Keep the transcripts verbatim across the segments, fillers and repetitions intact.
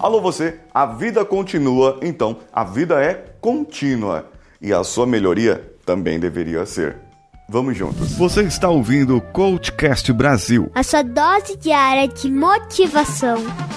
Alô você, a vida continua, então a vida é contínua. E a sua melhoria também deveria ser. Vamos juntos. Você está ouvindo o CoachCast Brasil. A sua dose diária de motivação.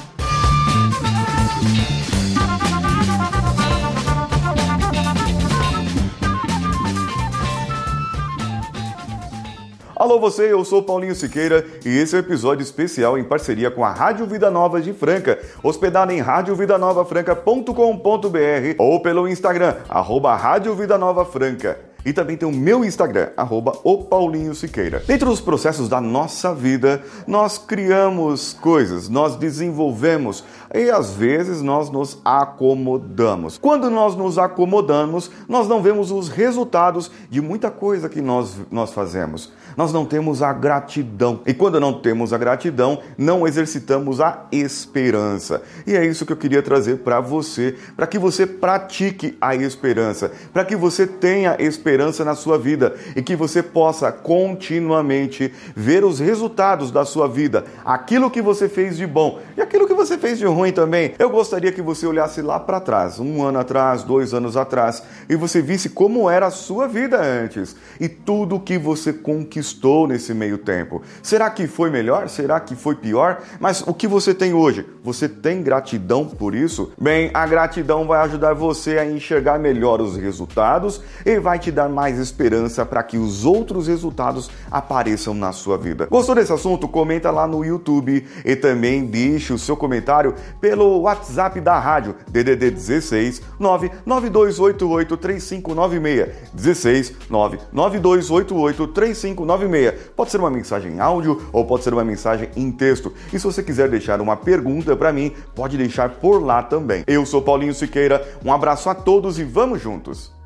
Alô você, eu sou Paulinho Siqueira e esse é o um episódio especial em parceria com a Rádio Vida Nova de Franca, hospedada em rádio vida nova franca ponto com ponto b r ou pelo Instagram, arroba Rádio Vida Nova Franca. E também tem o meu Instagram, arroba o Paulinho Siqueira. Dentro dos processos da nossa vida, nós criamos coisas, nós desenvolvemos e às vezes nós nos acomodamos. Quando nós nos acomodamos, nós não vemos os resultados de muita coisa que nós, nós fazemos. Nós não temos a gratidão. E quando não temos a gratidão, não exercitamos a esperança. E é isso que eu queria trazer para você, para que você pratique a esperança, para que você tenha esperança na sua vida e que você possa continuamente ver os resultados da sua vida, aquilo que você fez de bom e aquilo que você fez de ruim também. Eu gostaria que você olhasse lá para trás, um ano atrás, dois anos atrás, e você visse como era a sua vida antes e tudo que você conquistou nesse meio tempo. Será que foi melhor? Será que foi pior? Mas o que você tem hoje? Você tem gratidão por isso? Bem, a gratidão vai ajudar você a enxergar melhor os resultados e vai te dar mais esperança para que os outros resultados apareçam na sua vida. Gostou desse assunto? Comenta lá no YouTube e também deixe o seu comentário pelo WhatsApp da rádio D D D dezesseis nove nove dois oito oito três cinco nove seis dezesseis nove nove dois oito oito três cinco nove seis. Pode ser uma mensagem em áudio ou pode ser uma mensagem em texto. E se você quiser deixar uma pergunta para mim, pode deixar por lá também. Eu sou Paulinho Siqueira, um abraço a todos e vamos juntos!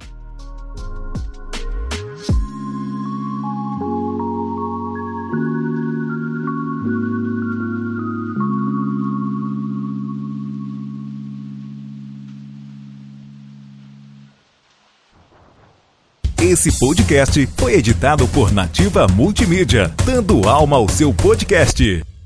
Esse podcast foi editado por Nativa Multimídia, dando alma ao seu podcast.